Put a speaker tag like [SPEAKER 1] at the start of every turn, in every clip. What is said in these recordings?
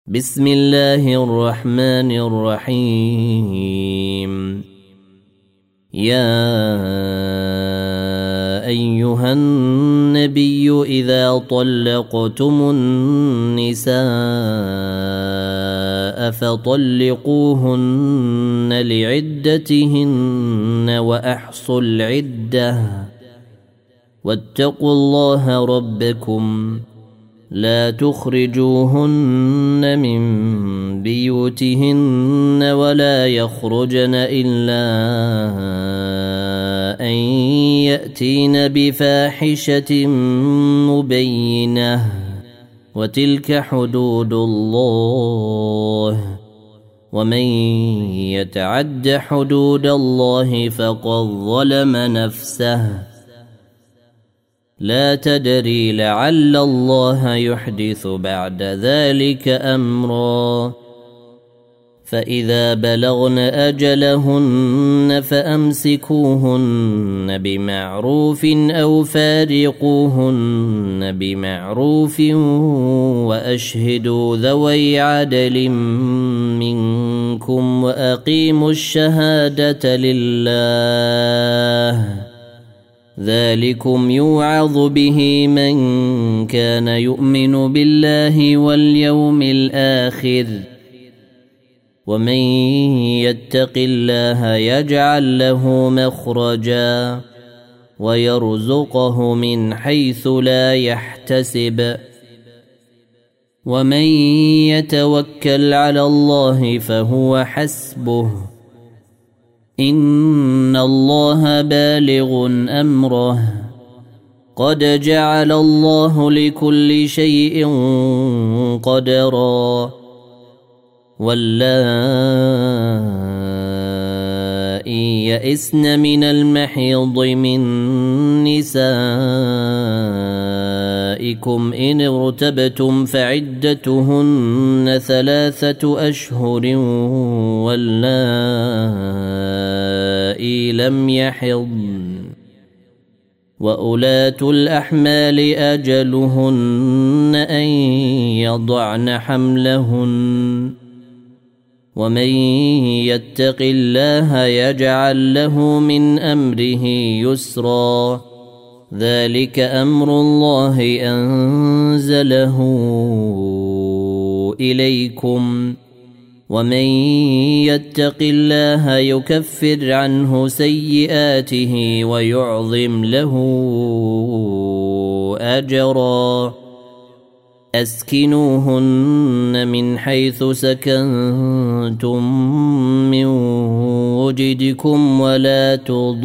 [SPEAKER 1] بسم الله الرحمن الرحيم. يا أيها النبي إذا طلقتم النساء فطلقوهن لعدتهن وأحصوا العدة واتقوا الله ربكم لا تخرجوهن من بيوتهن ولا يخرجن إلا أن يأتين بفاحشة مبينة وتلك حدود الله ومن يتعد حدود الله فقد ظلم نفسه لا تدري لعل الله يحدث بعد ذلك أمرا. فإذا بلغن أجلهن فأمسكوهن بمعروف أو فارقوهن بمعروف وأشهدوا ذوي عدل منكم وأقيموا الشهادة لله ذلكم يوعظ به من كان يؤمن بالله واليوم الآخر ومن يتق الله يجعل له مخرجا ويرزقه من حيث لا يحتسب ومن يتوكل على الله فهو حسبه إن الله بالغ أمره قد جعل الله لكل شيء قدرا. واللائي يئسن من المحيض من نسائكم إن ارتبتم فعدتهن 3 أشهر واللائي لم يحضن وأولاة الأحمال أجلهن أن يضعن حملهن ومن يتق الله يجعل له من أمره يسرا ذلك أمر الله أنزله إليكم ومن يتق الله يكفر عنه سيئاته ويعظم له أجرا. أسكنوهن من حيث سكنتم من وجدكم ولا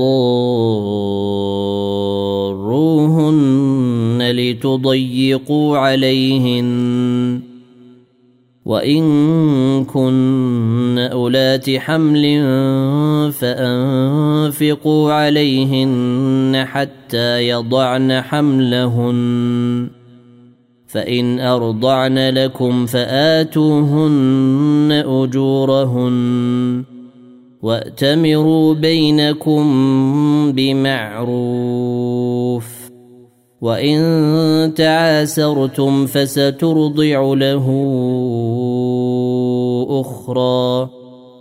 [SPEAKER 1] تضاروهن لتضيقوا عليهن وإن كن أولات حمل فأنفقوا عليهن حتى يضعن حملهن فإن أرضعن لكم فآتوهن أجورهن وأتمروا بينكم بمعروف وإن تعاسرتم فسترضع له أخرى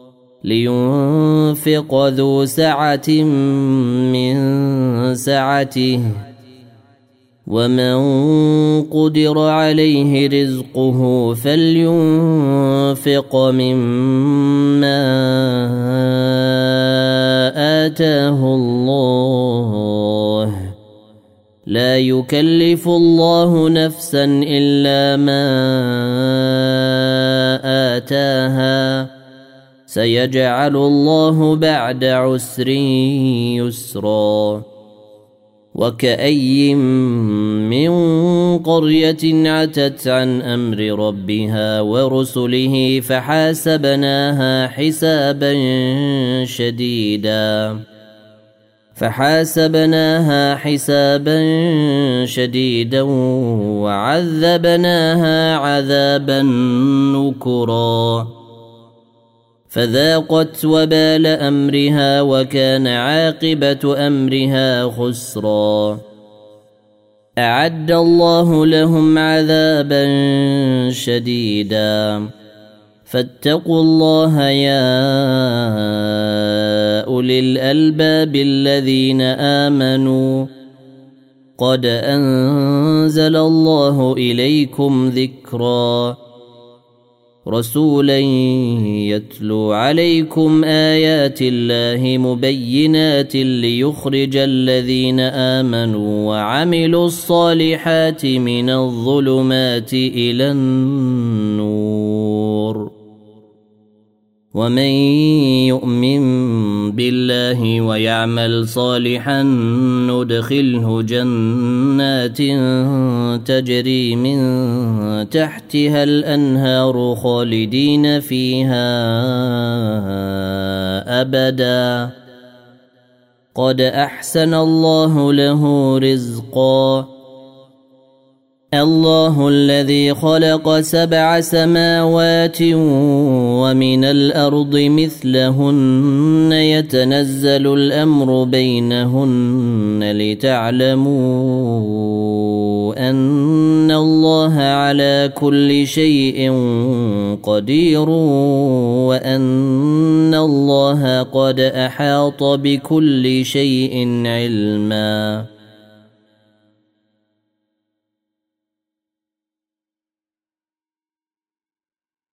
[SPEAKER 1] لينفق ذو سعة من سعته ومن قدر عليه رزقه فلينفق مما آتاه الله لا يكلف الله نفسا إلا ما آتاها سيجعل الله بعد عسر يسرا. وكأي من قرية عتت عن أمر ربها ورسله فحاسبناها حسابا شديدا وعذبناها عذابا نكرا فذاقت وبال أمرها وكان عاقبة أمرها خسرا. أعد الله لهم عذابا شديدا فاتقوا الله يا أولي الألباب الذين آمنوا قد أنزل الله إليكم ذكرا رسولا يتلو عليكم آيات الله مبينات ليخرج الذين آمنوا وعملوا الصالحات من الظلمات إلى النور ومن يؤمن بالله ويعمل صالحا ندخله جنات تجري من تحتها الأنهار خالدين فيها أبدا قد أحسن الله له رزقا الله الذي خلق 7 سماوات ومن الأرض مثلهن يتنزل الأمر بينهن لتعلموا أن الله على كل شيء قدير وأن الله قد أحاط بكل شيء علما